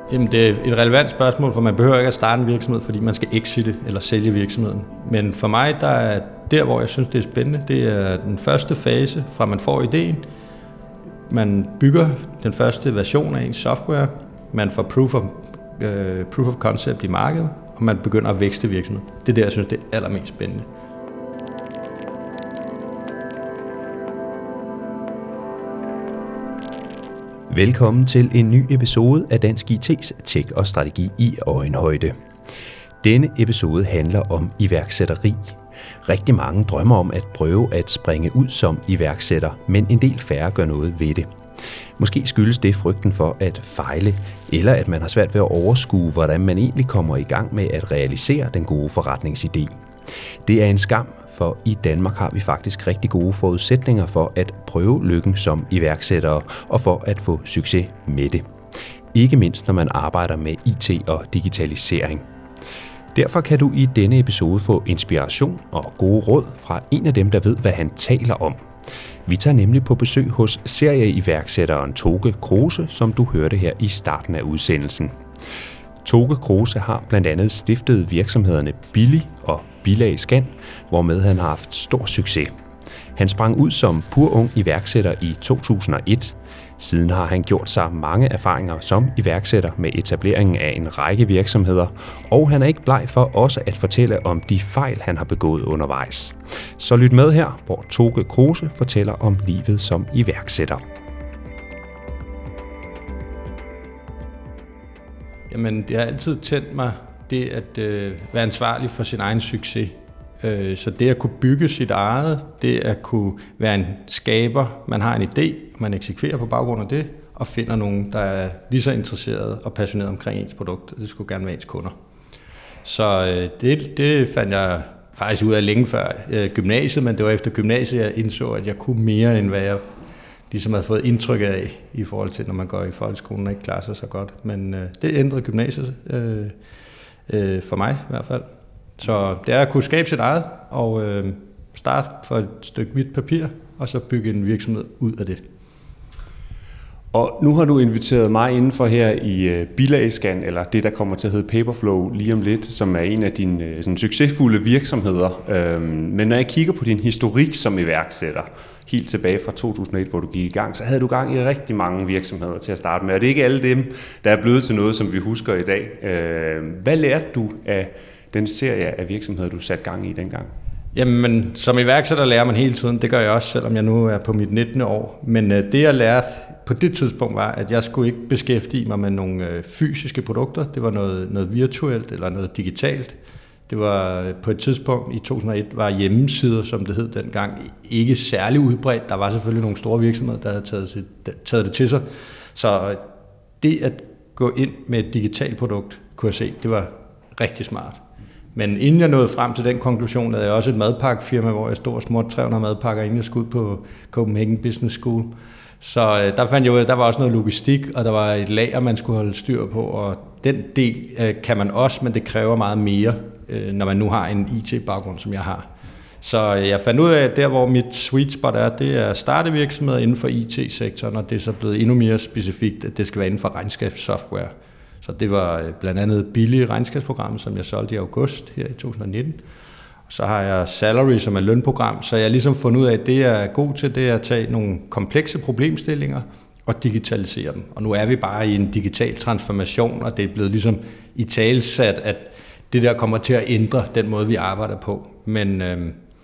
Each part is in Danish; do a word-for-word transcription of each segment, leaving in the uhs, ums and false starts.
Jamen, det er et relevant spørgsmål, for man behøver ikke at starte en virksomhed, fordi man skal exite eller sælge virksomheden. Men for mig, der er der, hvor jeg synes, det er spændende, det er den første fase, fra man får ideen. Man bygger den første version af ens software, man får proof of, uh, proof of concept i markedet, og man begynder at vækste virksomheden. Det er det, jeg synes, det er allermest spændende. Velkommen til en ny episode af Dansk I T's Tech og Strategi i øjenhøjde. Denne episode handler om iværksætteri. Rigtig mange drømmer om at prøve at springe ud som iværksætter, men en del færre gør noget ved det. Måske skyldes det frygten for at fejle, eller at man har svært ved at overskue, hvordan man egentlig kommer i gang med at realisere den gode forretningsidé. Det er en skam, for i Danmark har vi faktisk rigtig gode forudsætninger for at prøve lykken som iværksættere og for at få succes med det. Ikke mindst når man arbejder med I T og digitalisering. Derfor kan du i denne episode få inspiration og gode råd fra en af dem, der ved, hvad han taler om. Vi tager nemlig på besøg hos serieiværksætteren Toke Kruse, som du hørte her i starten af udsendelsen. Toke Kruse har blandt andet stiftet virksomhederne Billy og Bilag Scan, hvormed han har haft stor succes. Han sprang ud som pur ung iværksætter i to tusind og et. Siden har han gjort sig mange erfaringer som iværksætter med etableringen af en række virksomheder, og han er ikke bleg for også at fortælle om de fejl, han har begået undervejs. Så lyt med her, hvor Toke Kruse fortæller om livet som iværksætter. Jamen, det har altid tændt mig, det at øh, være ansvarlig for sin egen succes. Øh, så det at kunne bygge sit eget, det at kunne være en skaber, man har en idé, man eksekverer på baggrund af det, og finder nogen, der er lige så interesseret og passioneret omkring ens produkt. Det skulle gerne være ens kunder. Så øh, det, det fandt jeg faktisk ud af længe før øh, gymnasiet, men det var efter gymnasiet, jeg indså, at jeg kunne mere, end hvad jeg ligesom havde fået indtryk af, i forhold til, når man går i folkeskolen og ikke klarer sig så godt. Men øh, det ændrede gymnasiet øh, øh, for mig i hvert fald. Så det er at kunne skabe sit eget og øh, starte for et stykke hvidt papir, og så bygge en virksomhed ud af det. Og nu har du inviteret mig indenfor her i uh, Bilag Scan, eller det, der kommer til at hedde Paperflow lige om lidt, som er en af dine uh, sådan, succesfulde virksomheder. Øhm, men når jeg kigger på din historik som iværksætter, helt tilbage fra to tusind og et, hvor du gik i gang, så havde du gang i rigtig mange virksomheder til at starte med. Og det er ikke alle dem, der er blevet til noget, som vi husker i dag. Øh, hvad lærte du af den serie af virksomheder, du satte gang i dengang? Jamen, som iværksætter lærer man hele tiden. Det gør jeg også, selvom jeg nu er på mit nittende år. Men øh, det, jeg lærte på det tidspunkt, var, at jeg skulle ikke beskæftige mig med nogle øh, fysiske produkter. Det var noget, noget virtuelt eller noget digitalt. Det var på et tidspunkt i to tusind og et, var hjemmesider, som det hed dengang, ikke særlig udbredt. Der var selvfølgelig nogle store virksomheder, der havde taget, sit, taget det til sig. Så det at gå ind med et digitalt produkt, kunne jeg se, det var rigtig smart. Men inden jeg nåede frem til den konklusion, lavede jeg også et madpakkefirma, hvor jeg stod og smurte tre hundrede madpakker, inden jeg skulle ud på Copenhagen Business School. Så øh, der fandt jeg ud af, at der var også noget logistik, og der var et lager, man skulle holde styr på, og den del øh, kan man også, men det kræver meget mere, øh, når man nu har en I T-baggrund, som jeg har. Så øh, jeg fandt ud af, at der, hvor mit sweet spot er, det er at starte virksomheder inden for I T-sektoren, og det er så blevet endnu mere specifikt, at det skal være inden for regnskabssoftware. Så det var blandt andet billige regnskabsprogram, som jeg solgte i august her i to tusind og nitten. Så har jeg Salary, som er lønprogram, så jeg har ligesom fundet ud af, at det jeg er god til, det er at tage nogle komplekse problemstillinger og digitalisere dem. Og nu er vi bare i en digital transformation, og det er blevet ligesom i talesat, at det der kommer til at ændre den måde, vi arbejder på. Men øh,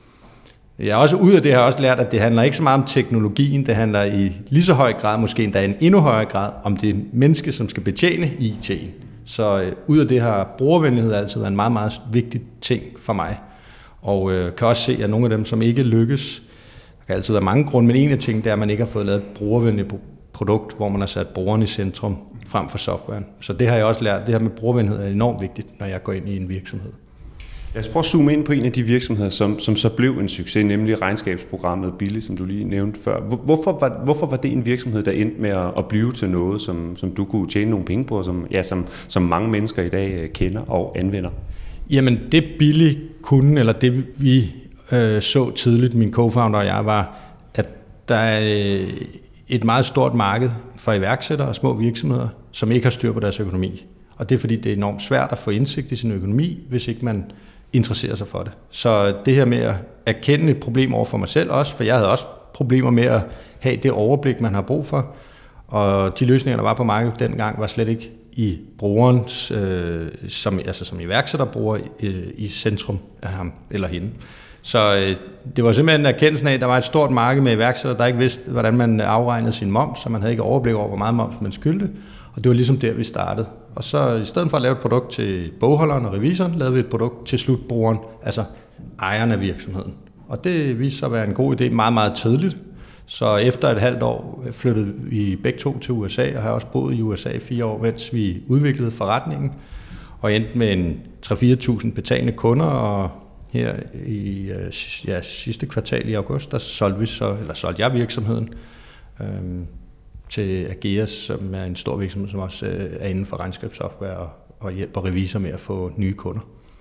jeg er også ud af det har også lært, at det handler ikke så meget om teknologien, det handler i lige så høj grad, måske endda en endnu højere grad, om det menneske, som skal betjene I T'en. Så øh, ud af det har brugervenlighed altid været en meget, meget vigtig ting for mig. Og øh, kan også se, at nogle af dem, som ikke lykkes, der kan altid være mange grunde, men en af tingene, det er, at man ikke har fået lavet et brugervenligt produkt, hvor man har sat brugeren i centrum frem for softwaren. Så det har jeg også lært. Det her med brugervenlighed er enormt vigtigt, når jeg går ind i en virksomhed. Lad os prøve at zoome ind på en af de virksomheder, som, som så blev en succes, nemlig regnskabsprogrammet Billy, som du lige nævnte før. Hvorfor var, hvorfor var det en virksomhed, der endte med at, at blive til noget, som, som du kunne tjene nogle penge på, som, ja, som, som mange mennesker i dag kender og anvender? Jamen det Billy kunne, eller det vi øh, så tidligt, min co-founder og jeg, var, at der er et meget stort marked for iværksættere og små virksomheder, som ikke har styr på deres økonomi. Og det er fordi, det er enormt svært at få indsigt i sin økonomi, hvis ikke man interesserer sig for det. Så det her med at erkende et problem over for mig selv også, for jeg havde også problemer med at have det overblik, man har brug for. Og de løsninger, der var på markedet dengang, var slet ikke i brugerens, øh, som, altså som iværksætterbruger, øh, i centrum af ham eller hende. Så øh, det var simpelthen erkendelsen af, at der var et stort marked med iværksættere, der ikke vidste, hvordan man afregnede sin moms, så man havde ikke overblik over, hvor meget moms man skyldte. Og det var ligesom der, vi startede. Og så i stedet for at lave et produkt til bogholderen og revisoren, lavede vi et produkt til slutbrugeren, altså ejeren af virksomheden. Og det viste sig at være en god idé meget, meget tidligt. Så efter et halvt år flyttede vi begge to til U S A, og har også boet i U S A i fire år, mens vi udviklede forretningen. Og endte med en tre til fire tusind betalende kunder, og her i ja, sidste kvartal i august, der solgte vi så, eller solgte jeg virksomheden øhm, til Ageas, som er en stor virksomhed, som også øh, er inden for regnskabssoftware og, og hjælper revisor med at få nye kunder.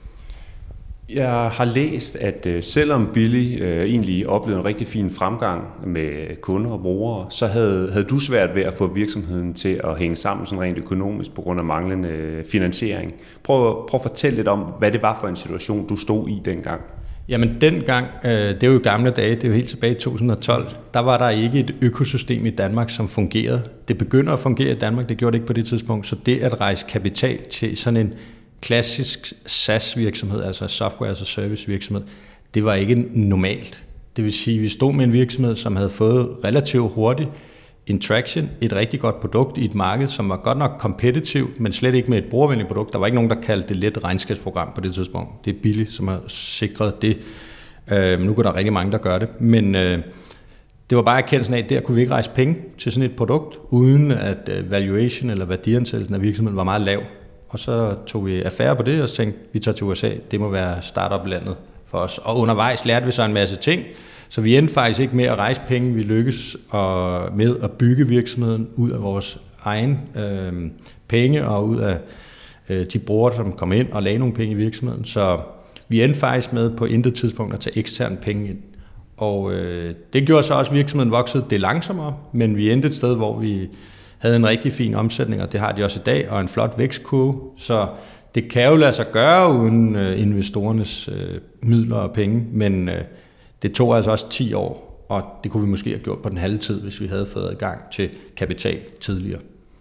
Jeg har læst, at øh, selvom Billy øh, egentlig oplevede en rigtig fin fremgang med kunder og brugere, så havde, havde du svært ved at få virksomheden til at hænge sammen sådan rent økonomisk på grund af manglende finansiering. Prøv, prøv at fortælle lidt om, hvad det var for en situation, du stod i dengang. Jamen dengang, øh, det er jo gamle dage, det er jo helt tilbage i to tusind og tolv, der var der ikke et økosystem i Danmark, som fungerede. Det begynder at fungere i Danmark, det gjorde det ikke på det tidspunkt, så det at rejse kapital til sådan en klassisk SaaS-virksomhed, altså software as a service virksomhed, det var ikke normalt. Det vil sige, at vi stod med en virksomhed, som havde fået relativt hurtigt en traction, et rigtig godt produkt i et marked, som var godt nok kompetitivt, men slet ikke med et brugervenligt produkt. Der var ikke nogen, der kaldte det let regnskabsprogram på det tidspunkt. Det er Billy, som har sikret det. Øh, nu går der rigtig mange, der gør det. Men øh, det var bare erkendelsen af, at der kunne vi ikke rejse penge til sådan et produkt, uden at øh, valuation eller værdiansættelsen af virksomheden var meget lav. Og så tog vi affære på det, og så tænkte, vi tager til U S A, det må være startup-landet for os. Og undervejs lærte vi så en masse ting, så vi endte faktisk ikke med at rejse penge, vi lykkedes med at bygge virksomheden ud af vores egen øh, penge, og ud af øh, de brugere, som kom ind og lagde nogle penge i virksomheden. Så vi endte faktisk med på intet tidspunkt at tage eksterne penge ind. Og øh, det gjorde så også, at virksomheden voksede det langsommere, men vi endte et sted, hvor vi havde en rigtig fin omsætning, og det har de også i dag, og en flot vækstkurve. Så det kan jo lade sig gøre uden øh, investorernes øh, midler og penge, men øh, det tog altså også ti år, og det kunne vi måske have gjort på den halve tid, hvis vi havde fået adgang til kapital tidligere.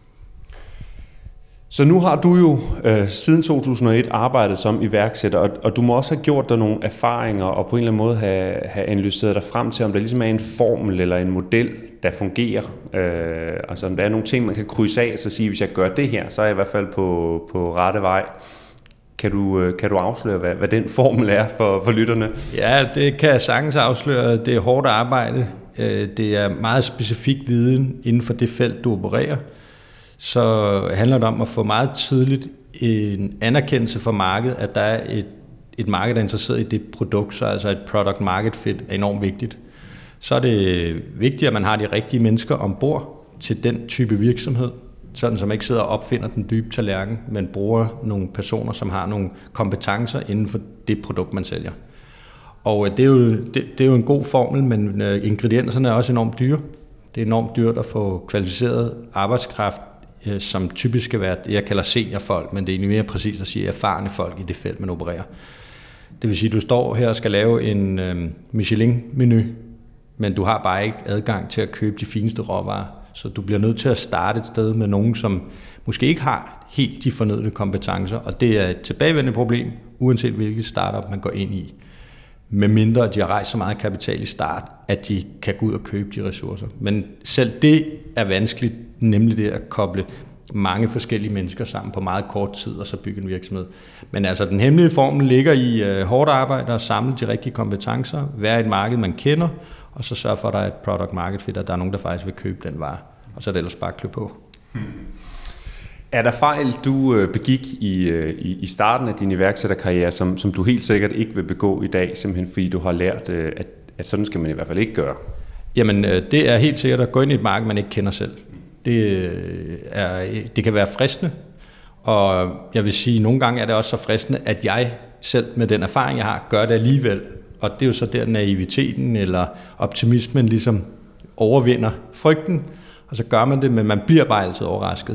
Så nu har du jo øh, siden to tusind og et arbejdet som iværksætter, og, og du må også have gjort dig nogle erfaringer, og på en eller anden måde have, have analyseret dig frem til, om der ligesom er en formel eller en model, der fungerer. Øh, altså om der er nogle ting, man kan krydse af, og så sige, hvis jeg gør det her, så er jeg i hvert fald på, på rette vej. Kan du, kan du afsløre, hvad, hvad den formel er for, for lytterne? Ja, det kan jeg sagtens afsløre. Det er hårdt arbejde. Det er meget specifik viden inden for det felt, du opererer. Så handler det om at få meget tidligt en anerkendelse for markedet, at der er et, et marked, der er interesseret i det produkt, så altså et product market fit er enormt vigtigt. Så er det vigtigt, at man har de rigtige mennesker ombord til den type virksomhed, sådan som ikke sidder og opfinder den dybe tallerken, men bruger nogle personer, som har nogle kompetencer inden for det produkt, man sælger. Og det er jo, det, det er jo en god formel, men ingredienserne er også enormt dyre. Det er enormt dyrt at få kvalificeret arbejdskraft, som typisk skal være, jeg kalder seniorfolk, men det er egentlig mere præcist at sige erfarne folk i det felt, man opererer. Det vil sige, at du står her og skal lave en Michelin-menu, men du har bare ikke adgang til at købe de fineste råvarer. Så du bliver nødt til at starte et sted med nogen, som måske ikke har helt de fornødne kompetencer, og det er et tilbagevendende problem, uanset hvilket startup man går ind i. Med mindre at de har rejst så meget kapital i start, at de kan gå ud og købe de ressourcer. Men selv det er vanskeligt, nemlig det at koble mange forskellige mennesker sammen på meget kort tid, og så bygge en virksomhed. Men altså den hemmelige formel ligger i uh, hårdt arbejde og samle de rigtige kompetencer, være et marked, man kender, og så sørge for, at der er et product market fit, at der er nogen, der faktisk vil købe den vare, og så er det ellers bare klø på. Hmm. Er der fejl, du begik i, i, i starten af din iværksætterkarriere, som, som du helt sikkert ikke vil begå i dag, simpelthen fordi du har lært, at, at sådan skal man i hvert fald ikke gøre? Jamen, det er helt sikkert at gå ind i et marked, man ikke kender selv. Det, er, det kan være fristende, og jeg vil sige, at nogle gange er det også så fristende, at jeg selv med den erfaring, jeg har, gør det alligevel. Og det er jo så der naiviteten eller optimismen ligesom overvinder frygten, og så gør man det, men man bliver bare altid overrasket.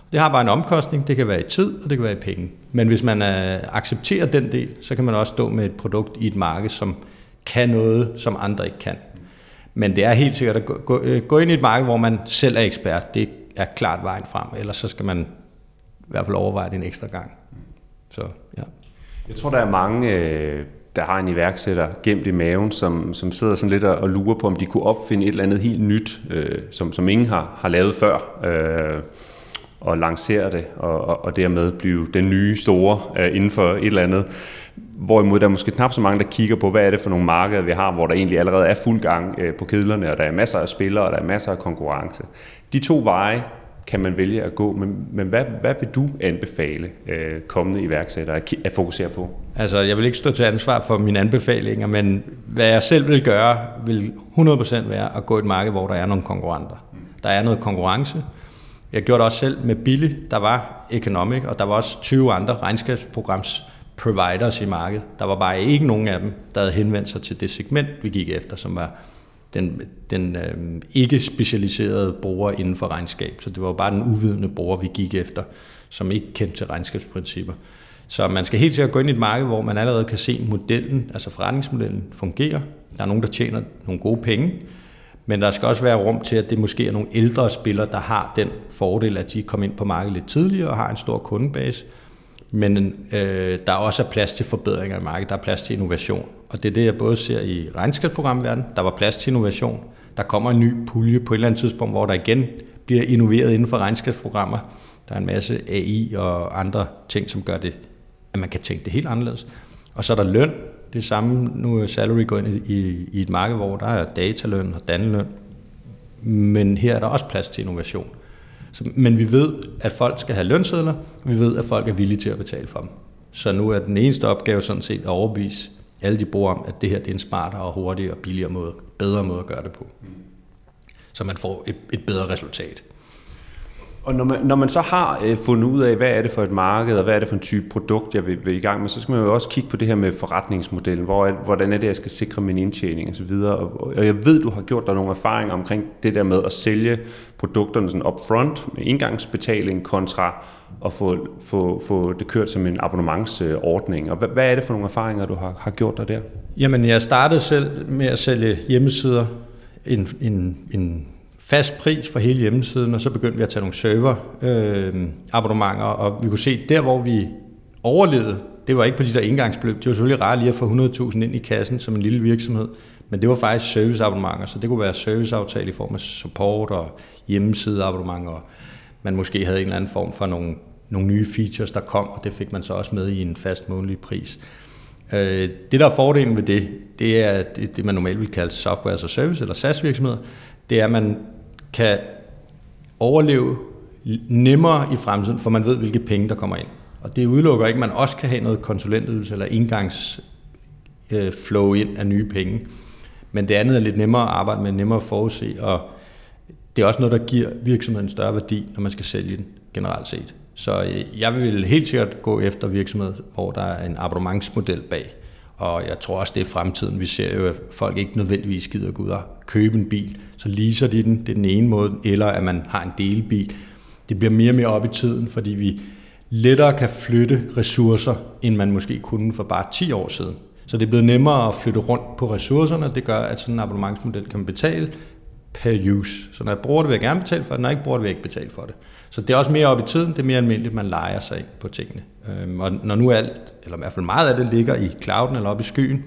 Det har bare en omkostning, det kan være i tid, og det kan være i penge. Men hvis man øh, accepterer den del, så kan man også stå med et produkt i et marked, som kan noget, som andre ikke kan. Men det er helt sikkert at gå, gå, gå ind i et marked, hvor man selv er ekspert. Det er klart vejen frem, ellers så skal man i hvert fald overveje det en ekstra gang. Så, ja. Jeg tror, der er mange, der har en iværksætter gemt i maven, som, som sidder sådan lidt og lurer på, om de kunne opfinde et eller andet helt nyt, øh, som, som ingen har, har lavet før, øh, og lancere det, og, og, og dermed blive den nye store øh, inden for et eller andet. Hvorimod der er måske knap så mange, der kigger på, hvad er det for nogle markeder, vi har, hvor der egentlig allerede er fuld gang øh, på kedlerne, og der er masser af spillere, og der er masser af konkurrence. De to veje kan man vælge at gå, men, men hvad, hvad vil du anbefale øh, kommende iværksættere at, at fokusere på? Altså, jeg vil ikke stå til ansvar for mine anbefalinger, men hvad jeg selv vil gøre, vil hundrede procent være at gå i et marked, hvor der er nogle konkurrenter. Der er noget konkurrence. Jeg gjorde det også selv med Billy. Der var Economic, og der var også tyve andre regnskabsprograms providers i markedet. Der var bare ikke nogen af dem, der havde henvendt sig til det segment, vi gik efter, som var den, den øh, ikke specialiserede bruger inden for regnskab. Så det var bare den uvidende bruger, vi gik efter, som ikke kendte til regnskabsprincipper. Så man skal helt sikkert gå ind i et marked, hvor man allerede kan se modellen, altså forretningsmodellen, fungerer. Der er nogen, der tjener nogle gode penge, men der skal også være rum til, at det måske er nogle ældre spillere, der har den fordel, at de kommer ind på markedet lidt tidligere og har en stor kundebase. Men øh, der er også plads til forbedringer i markedet, der er plads til innovation. Og det er det, jeg både ser i regnskabsprogramverdenen. Der var plads til innovation. Der kommer en ny pulje på et eller andet tidspunkt, hvor der igen bliver innoveret inden for regnskabsprogrammer. Der er en masse A I og andre ting, som gør det, at man kan tænke det helt anderledes. Og så er der løn. Det samme, nu er salary går ind i, i, i et marked, hvor der er dataløn og daneløn. Men her er der også plads til innovation. Så, men vi ved, at folk skal have lønsedler, og vi ved, at folk er villige til at betale for dem. Så nu er den eneste opgave sådan set at overbevise alle de brugere om, at det her det er en smartere og hurtigere og billigere måde, bedre måde at gøre det på. Så man får et, et bedre resultat. Og når man, når man så har øh, fundet ud af, hvad er det for et marked, og hvad er det for en type produkt, jeg vil, vil i gang med, så skal man jo også kigge på det her med forretningsmodellen. Hvor, hvordan er det, jeg skal sikre min indtjening osv. Og, og jeg ved, du har gjort dig nogle erfaringer omkring det der med at sælge produkterne sådan upfront med indgangsbetaling kontra at få, få, få det kørt som en abonnementsordning. Og hvad, hvad er det for nogle erfaringer, du har, har gjort dig der? Jamen, jeg startede selv med at sælge hjemmesider en, en, en fast pris for hele hjemmesiden, og så begyndte vi at tage nogle server-abonnementer, øh, og vi kunne se, der hvor vi overlevede, det var ikke på de der indgangsbeløb, det var selvfølgelig rart lige at få hundrede tusind ind i kassen som en lille virksomhed, men det var faktisk serviceabonnementer, så det kunne være serviceaftale i form af support og hjemmesideabonnementer, og man måske havde en eller anden form for nogle, nogle nye features, der kom, og det fik man så også med i en fast månedlig pris. Øh, det der er fordelen ved det, det er det, det man normalt vil kalde software as a service eller SaaS-virksomheder, det er, at man kan overleve nemmere i fremtiden, for man ved, hvilke penge, der kommer ind. Og det udelukker ikke, at man også kan have noget konsulentydelse eller indgangsflow ind af nye penge. Men det andet er lidt nemmere at arbejde med, nemmere at forudse, og det er også noget, der giver virksomheden større værdi, når man skal sælge den generelt set. Så jeg vil helt sikkert gå efter virksomheder, hvor der er en abonnementsmodel bag. Og jeg tror også, det er fremtiden. Vi ser jo, at folk ikke nødvendigvis gider gå ud og købe en bil. Så leaser de den, det er den ene måde, eller at man har en delebil. Det bliver mere og mere op i tiden, fordi vi lettere kan flytte ressourcer, end man måske kunne for bare ti år siden. Så det er blevet nemmere at flytte rundt på ressourcerne. Det gør, at sådan en abonnementsmodel kan man betale per use. Så når jeg bruger det, vil jeg gerne betale for det. Når jeg ikke bruger det, vil jeg ikke betale for det. Så det er også mere op i tiden. Det er mere almindeligt, man leger sig på tingene. Og når nu alt, eller i hvert fald meget af det, ligger i clouden eller oppe i skyen,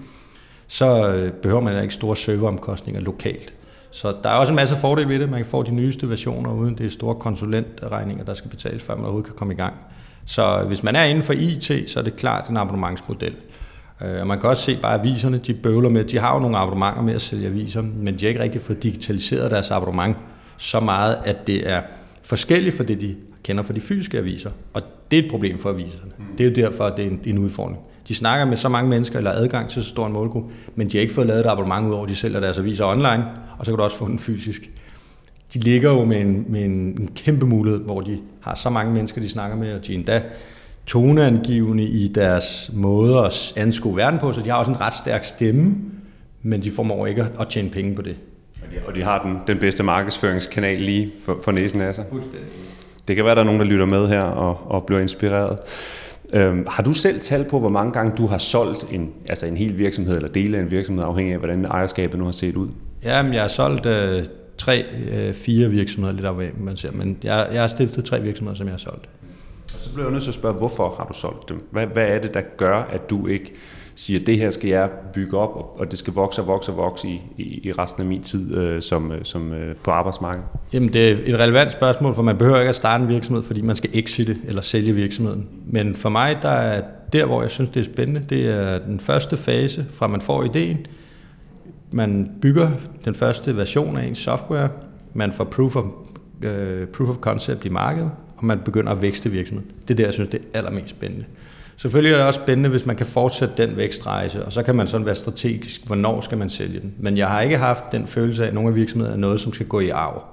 så behøver man ikke store serveromkostninger lokalt. Så der er også en masse fordele ved det. Man kan få de nyeste versioner, uden det er store konsulentregninger, der skal betales, før man overhovedet kan komme i gang. Så hvis man er inden for I T, så er det klart en abonnementsmodel. Og man kan også se bare aviserne, de bøvler med, de har jo nogle abonnementer med at sælge aviser, men de har ikke rigtig fået digitaliseret deres abonnement så meget, at det er forskelligt fra det, de kender fra de fysiske aviser. Og det er et problem for aviserne. Det er jo derfor, at det er en, en udfordring. De snakker med så mange mennesker, eller adgang til så stor en målgruppe, men de har ikke fået lavet et abonnement ud over, de sælger deres aviser online, og så kan du også få den fysisk. De ligger jo med en, med en, en kæmpe mulighed, hvor de har så mange mennesker, de snakker med, og de er endda toneangivende i deres måde at anskue verden på, så de har også en ret stærk stemme, men de formår ikke at tjene penge på det. Og de har den, den bedste markedsføringskanal lige for, for næsen af sig. Fuldstændig. Det kan være, der er nogen, der lytter med her og, og bliver inspireret. Øhm, har du selv tal på, hvor mange gange du har solgt en, altså en hel virksomhed eller dele af en virksomhed, afhængig af, hvordan ejerskabet nu har set ud? Jamen, jeg har solgt øh, tre, øh, fire virksomheder, lidt afhængig, man siger, men jeg, jeg har stiftet tre virksomheder, som jeg har solgt. Og så bliver jeg nødt til at spørge, hvorfor har du solgt dem? Hvad, hvad er det, der gør, at du ikke siger, at det her skal jeg bygge op, og det skal vokse og vokse og vokse i, i, i resten af min tid øh, som, som øh, på arbejdsmarkedet? Jamen, det er et relevant spørgsmål, for man behøver ikke at starte en virksomhed, fordi man skal exite eller sælge virksomheden. Men for mig, der er der, hvor jeg synes, det er spændende, det er den første fase, fra man får ideen, man bygger den første version af ens software, man får proof of, uh, proof of concept i markedet, og man begynder at vækste virksomheden. Det er det, jeg synes, det er allermest spændende. Selvfølgelig er det også spændende, hvis man kan fortsætte den vækstrejse, og så kan man sådan være strategisk, hvornår skal man sælge den. Men jeg har ikke haft den følelse af, at nogle af virksomhederne er noget, som skal gå i arv.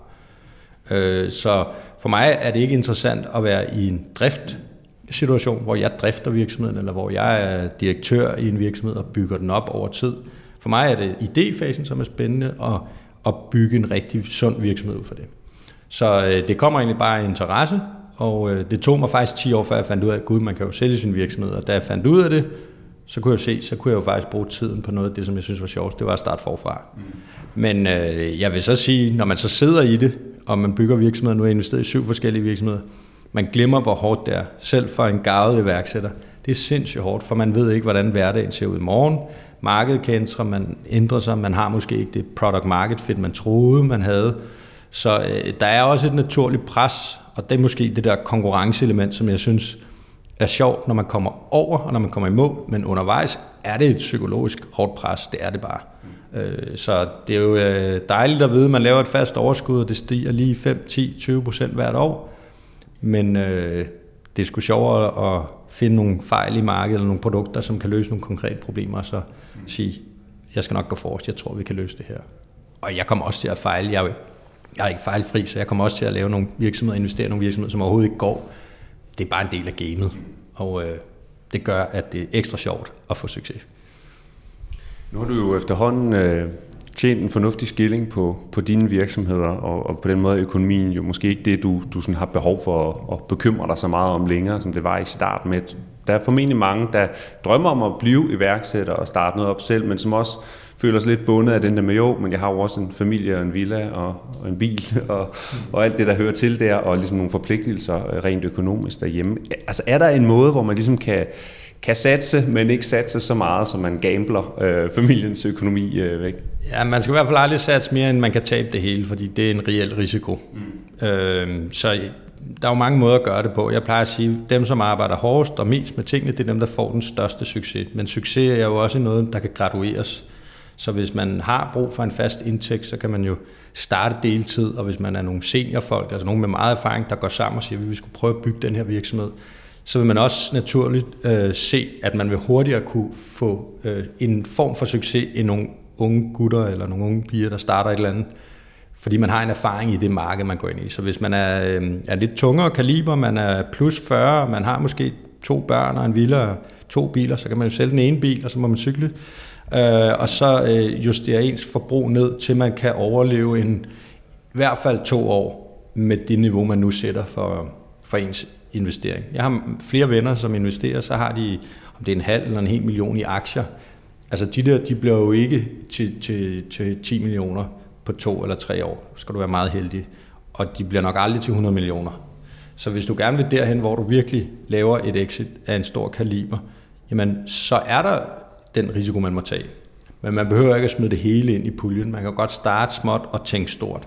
Så for mig er det ikke interessant at være i en driftsituation, hvor jeg drifter virksomheden, eller hvor jeg er direktør i en virksomhed og bygger den op over tid. For mig er det idéfasen, som er spændende, og at bygge en rigtig sund virksomhed ud for det. Så det kommer egentlig bare af interesse, og det tog mig faktisk ti år, før jeg fandt ud af, at gud, man kan jo sælge sin virksomhed. Og da jeg fandt ud af det, så kunne jeg se, så kunne jeg jo faktisk bruge tiden på noget af det, som jeg synes var sjovt. Det var at starte forfra. Mm. Men øh, jeg vil så sige, når man så sidder i det, og man bygger virksomheder, nu er jeg investeret i syv forskellige virksomheder, man glemmer, hvor hårdt det er. Selv for en garvet iværksætter. Det er sindssygt hårdt, for man ved ikke, hvordan hverdagen ser ud i morgen. Markedet kan ændre, man ændrer sig, man har måske ikke det product market fit, man troede, man havde. Så øh, der er også et naturligt pres, og det er måske det der konkurrenceelement, som jeg synes er sjovt, når man kommer over, og når man kommer i mål, men undervejs er det et psykologisk hårdt pres, det er det bare. Øh, så det er jo øh, dejligt at vide, at man laver et fast overskud, og det stiger lige fem, ti, tyve procent hvert år, men øh, det er sgu sjovere at finde nogle fejl i markedet, eller nogle produkter, som kan løse nogle konkrete problemer, og så sige, jeg skal nok gå forrest, jeg tror, vi kan løse det her. Og jeg kommer også til at fejle, jeg er, jeg er ikke fejlfri, så jeg kommer også til at lave nogle virksomheder, investere i nogle virksomheder, som overhovedet ikke går. Det er bare en del af gamet, og øh, det gør, at det er ekstra sjovt at få succes. Nu har du jo efterhånden øh, tjent en fornuftig skilling på, på dine virksomheder, og, og på den måde er økonomien jo måske ikke det, du, du sådan har behov for at, at bekymre dig så meget om længere, som det var i start med. Der er formentlig mange, der drømmer om at blive iværksætter og starte noget op selv, men som også føler sig lidt bundet af den der med, jo, men jeg har jo også en familie og en villa og, og en bil og, og alt det, der hører til der, og ligesom nogle forpligtelser rent økonomisk derhjemme. Altså er der en måde, hvor man ligesom kan, kan satse, men ikke satse så meget, som man gambler øh, familiens økonomi øh, væk? Ja, man skal i hvert fald aldrig satse mere, end man kan tabe det hele, fordi det er en reel risiko. Mm. Øh, så der er jo mange måder at gøre det på. Jeg plejer at sige, at dem, som arbejder hårdest og mest med tingene, det er dem, der får den største succes. Men succes er jo også noget, der kan gradueres. Så hvis man har brug for en fast indtægt, så kan man jo starte deltid, og hvis man er nogle seniorfolk, altså nogen med meget erfaring, der går sammen og siger, at vi skulle prøve at bygge den her virksomhed, så vil man også naturligt øh, se, at man vil hurtigere kunne få øh, en form for succes end nogle unge gutter eller nogle unge piger, der starter et eller andet, fordi man har en erfaring i det marked, man går ind i. Så hvis man er, øh, er lidt tungere kaliber, man er plus fyrre, man har måske to børn og en villa og to biler, så kan man jo sælge den ene bil, og så må man cykle. Øh, og så øh, justere ens forbrug ned, til man kan overleve en, i hvert fald to år med det niveau, man nu sætter for, for ens investering. Jeg har flere venner, som investerer, så har de, om det er en halv eller en hel million i aktier. Altså de der, de bliver jo ikke til, til, til ti millioner på to eller tre år. Så skal du være meget heldig. Og de bliver nok aldrig til hundrede millioner. Så hvis du gerne vil derhen, hvor du virkelig laver et exit af en stor kaliber, jamen så er der den risiko, man må tage. Men man behøver ikke at smide det hele ind i puljen. Man kan godt starte småt og tænke stort.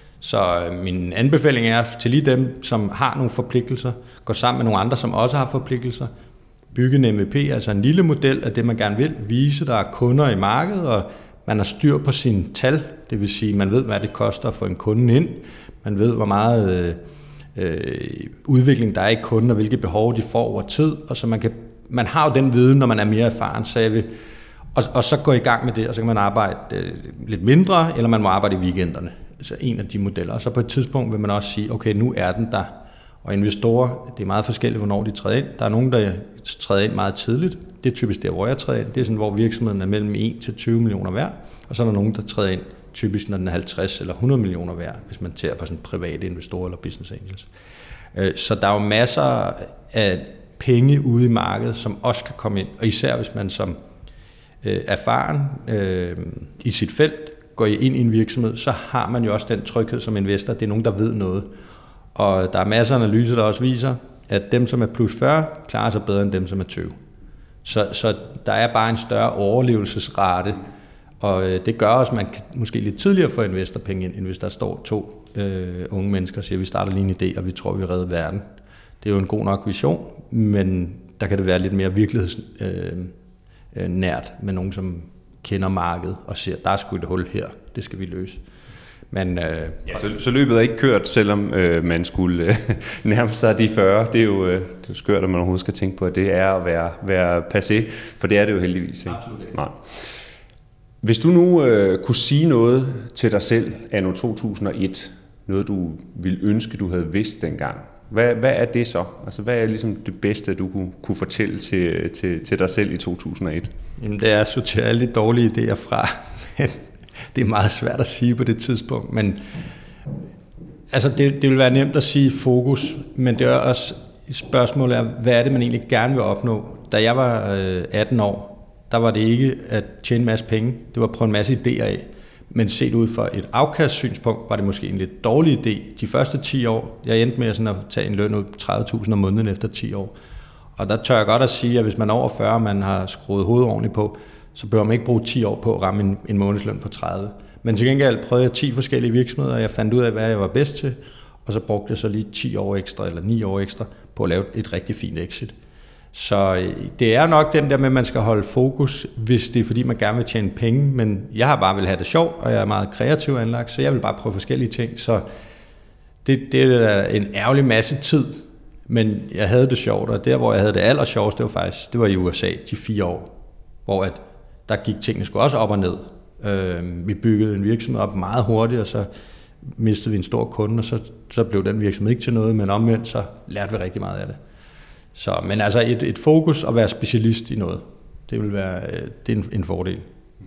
Så min anbefaling er til lige dem, som har nogle forpligtelser, gå sammen med nogle andre, som også har forpligtelser, bygge en M V P, altså en lille model af det, man gerne vil, vise, der er kunder i markedet, og man har styr på sine tal, det vil sige, man ved, hvad det koster at få en kunde ind, man ved, hvor meget øh, udvikling der er i kunden, og hvilke behov de får over tid, og så man kan, man har jo den viden, når man er mere erfaren, så jeg vil, og, og så gå i gang med det, og så kan man arbejde øh, lidt mindre, eller man må arbejde i weekenderne. Altså en af de modeller. Og så på et tidspunkt vil man også sige, okay, nu er den der. Og investorer, det er meget forskelligt, hvornår de træder ind. Der er nogen, der træder ind meget tidligt. Det er typisk der, hvor jeg træder ind. Det er sådan, hvor virksomheden er mellem en til tyve millioner værd. Og så er der nogen, der træder ind typisk, når den er halvtreds eller hundrede millioner værd, hvis man tager på sådan private investorer eller business angels. Så der er jo masser af penge ude i markedet, som også kan komme ind, og især hvis man som øh, erfaren øh, i sit felt går ind i en virksomhed, så har man jo også den tryghed som investor, det er nogen, der ved noget. Og der er masser af analyser, der også viser, at dem, som er plus fyrre, klarer sig bedre end dem, som er tyve. Så, så der er bare en større overlevelsesrate, og øh, det gør også, at man kan måske lidt tidligere få investorpenge ind, end hvis der står to øh, unge mennesker og siger, at vi starter lige en idé, og vi tror, vi redder verden. Det er jo en god nok vision, men der kan det være lidt mere virkelighedsnært øh, med nogen, som kender markedet og siger, der er sgu et hul her, det skal vi løse. Men, øh, ja, så, så løbet er ikke kørt, selvom øh, man skulle øh, nærme sig de fyrre. Det er jo, øh, det er jo skørt, at man overhovedet skal tænke på, at det er at være, være passé, for det er det jo heldigvis ikke. Absolut ikke. Nej. Hvis du nu øh, kunne sige noget til dig selv anno to tusind og et, noget du ville ønske, du havde vidst dengang, hvad, hvad er det så? Altså, hvad er ligesom det bedste, du kunne, kunne fortælle til, til, til dig selv i to tusind og et? Jamen, det er at sortere alle de dårlige idéer fra, men det er meget svært at sige på det tidspunkt, men altså, det, det vil være nemt at sige fokus, men det er også spørgsmålet er, hvad er det, man egentlig gerne vil opnå? Da jeg var øh, atten år, der var det ikke at tjene en masse penge, det var at prøve en masse idéer af. Men set ud fra et afkastsynspunkt, var det måske en lidt dårlig idé. De første ti år, jeg endte med sådan at tage en løn ud tredive tusind om måneden efter ti år. Og der tør jeg godt at sige, at hvis man er over fyrre, man har skruet hovedet ordentligt på, så bør man ikke bruge ti år på at ramme en, en månedsløn på tredive. Men til gengæld prøvede jeg ti forskellige virksomheder, og jeg fandt ud af, hvad jeg var bedst til. Og så brugte jeg så lige ti år ekstra, eller ni år ekstra, på at lave et rigtig fint exit. Så det er nok den der med, at man skal holde fokus, hvis det er fordi, man gerne vil tjene penge, men jeg har bare vil have det sjovt, og jeg er meget kreativ anlagt, så jeg vil bare prøve forskellige ting, så det, det er en ærgerlig masse tid, men jeg havde det sjovt, og der hvor jeg havde det aller sjovest, det var faktisk, det var i U S A, de fire år, hvor at der gik tingene sgu også op og ned. Vi byggede en virksomhed op meget hurtigt, og så mistede vi en stor kunde, og så, så blev den virksomhed ikke til noget, men omvendt så lærte vi rigtig meget af det. Så, men altså et, et fokus at være specialist i noget, det vil være det er en, en fordel.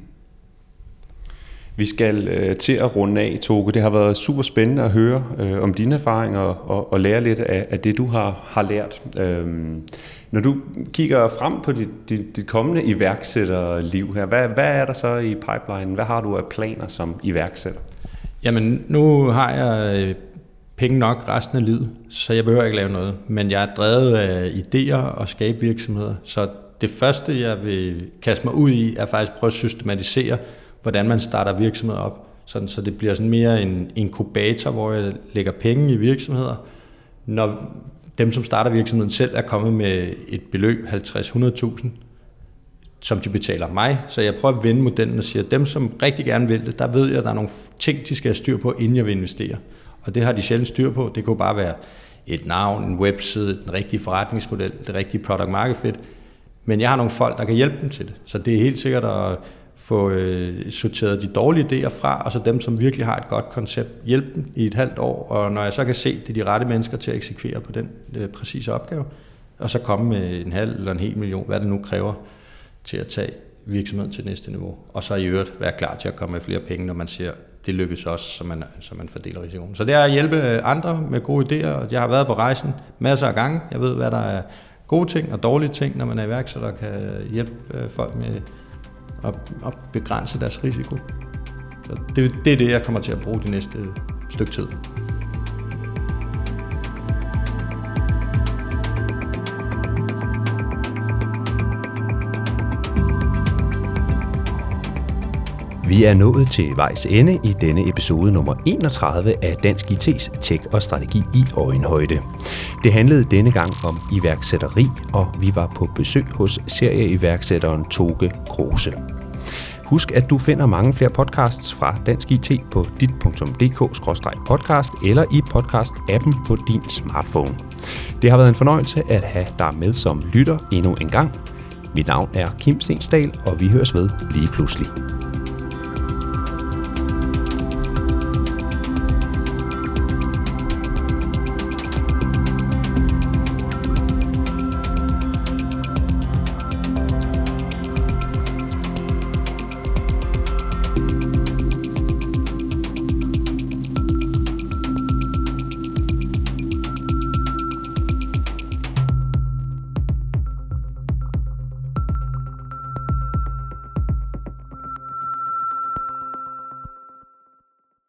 Vi skal øh, til at runde af, Toke. Det har været super spændende at høre øh, om dine erfaringer og, og lære lidt af, af det, du har, har lært. Øhm, når du kigger frem på dit, dit, dit kommende iværksætterliv her, hvad, hvad er der så i pipelinen? Hvad har du af planer som iværksætter? Jamen, nu har jeg penge nok resten af livet, så jeg behøver ikke lave noget. Men jeg er drevet af idéer og skabe virksomheder. Så det første, jeg vil kaste mig ud i, er faktisk at prøve at systematisere, hvordan man starter virksomheder op. Sådan, så det bliver sådan mere en inkubator, hvor jeg lægger penge i virksomheder. Når dem, som starter virksomheden selv, er kommet med et beløb, halvtreds til hundrede tusind, som de betaler mig. Så jeg prøver at vende modellen og siger, at dem, som rigtig gerne vil det, der ved jeg, at der er nogle ting, de skal have styr på, inden jeg vil investere. Og det har de sjældent styr på. Det kunne bare være et navn, en webside, den rigtige forretningsmodel, det rigtige product market fit. Men jeg har nogle folk, der kan hjælpe dem til det. Så det er helt sikkert at få øh, sorteret de dårlige idéer fra, og så dem, som virkelig har et godt koncept, hjælpe dem i et halvt år. Og når jeg så kan se, at det er de rette mennesker til at eksekvere på den øh, præcise opgave, og så komme med en halv eller en hel million, hvad det nu kræver, til at tage virksomheden til næste niveau. Og så i øvrigt være klar til at komme med flere penge, når man siger, det lykkes også, så man, så man fordeler risikoen. Så det er at hjælpe andre med gode idéer, og jeg har været på rejsen masser af gange. Jeg ved, hvad der er gode ting og dårlige ting, når man er iværksætter, kan hjælpe folk med at, at begrænse deres risiko. Så det, det er det, jeg kommer til at bruge det næste stykke tid. Vi er nået til vejs ende i denne episode nummer enogtredive af Dansk I T's Tech og Strategi i øjenhøjde. Det handlede denne gang om iværksætteri, og vi var på besøg hos serieiværksætteren Toke Kruse. Husk, at du finder mange flere podcasts fra Dansk I T på dit punktum d k skråstreg podcast eller i podcast-appen på din smartphone. Det har været en fornøjelse at have dig med som lytter endnu en gang. Mit navn er Kim Stensdal, og vi høres ved lige pludselig.